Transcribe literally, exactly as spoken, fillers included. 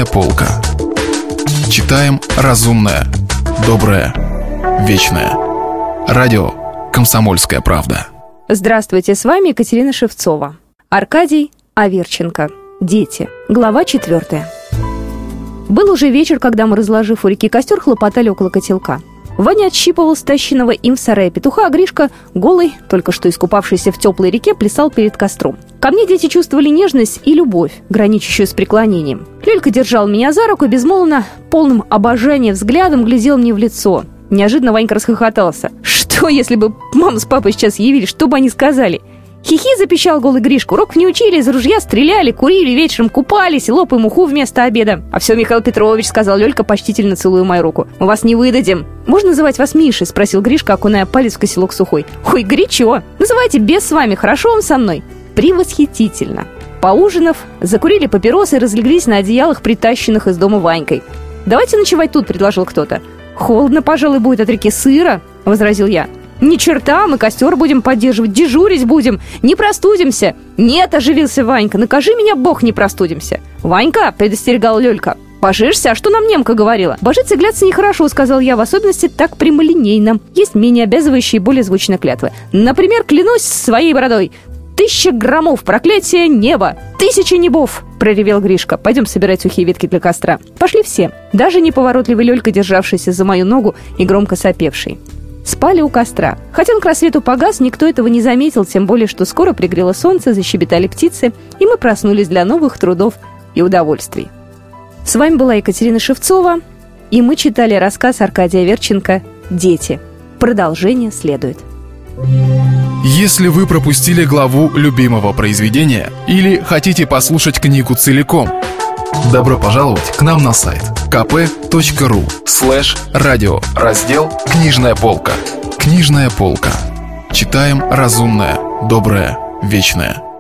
Книжная полка. Читаем разумное, доброе, вечное. Радио «Комсомольская правда». Здравствуйте, с вами Екатерина Шевцова. Аркадий Аверченко. Дети. Глава четвертая. Был уже вечер, когда мы, разложив у реки костер, хлопотали около котелка. Ваня отщипывал стащенного им в сарае петуха, а Гришка, голый, только что искупавшийся в теплой реке, плясал перед костром. Ко мне дети чувствовали нежность и любовь, граничащую с преклонением. Лёлька держал меня за руку и безмолвно, полным обожания взглядом глядел мне в лицо. Неожиданно Ванька расхохотался. Что, если бы мама с папой сейчас явились, что бы они сказали? Хихи, запищал голый Гришка. Уроков не учили, из ружья стреляли, курили, вечером купались, лопаем уху вместо обеда. А все, Михаил Петрович, сказал Лёлька, почтительно целуя мою руку. Мы вас не выдадим. Можно называть вас Мишей? Спросил Гришка, окуная палец в котелок сухой. Ой, горячо. Называйте без с вами, хорошо вам со мной? Превосхитительно. Поужинав, закурили папиросы и разлеглись на одеялах, притащенных из дома Ванькой. Давайте ночевать тут, предложил кто-то. Холодно, пожалуй, будет от реки, сыро, возразил я. Ни черта, мы костер будем поддерживать, дежурить будем, не простудимся. Нет, оживился Ванька, накажи меня, Бог, не простудимся. Ванька, предостерегал Лёлька, божишься, а что нам немка говорила? Божиться и гляться нехорошо, сказал я, в особенности так прямолинейно. Есть менее обязывающие и более звучные клятвы. Например, клянусь своей бородой. Тысяча громов, проклятие неба, тысячи небов, проревел Гришка. Пойдем собирать сухие ветки для костра. Пошли все, даже неповоротливый Лёлька, державшийся за мою ногу и громко сопевший. Спали у костра. Хотя он к рассвету погас, никто этого не заметил, тем более, что скоро пригрело солнце, защебетали птицы, и мы проснулись для новых трудов и удовольствий. С вами была Екатерина Шевцова, и мы читали рассказ Аркадия Аверченко «Дети». Продолжение следует. Если вы пропустили главу любимого произведения или хотите послушать книгу целиком, добро пожаловать к нам на сайт kp.ru слэш радио, раздел «Книжная полка». Книжная полка. Читаем разумное, доброе, вечное.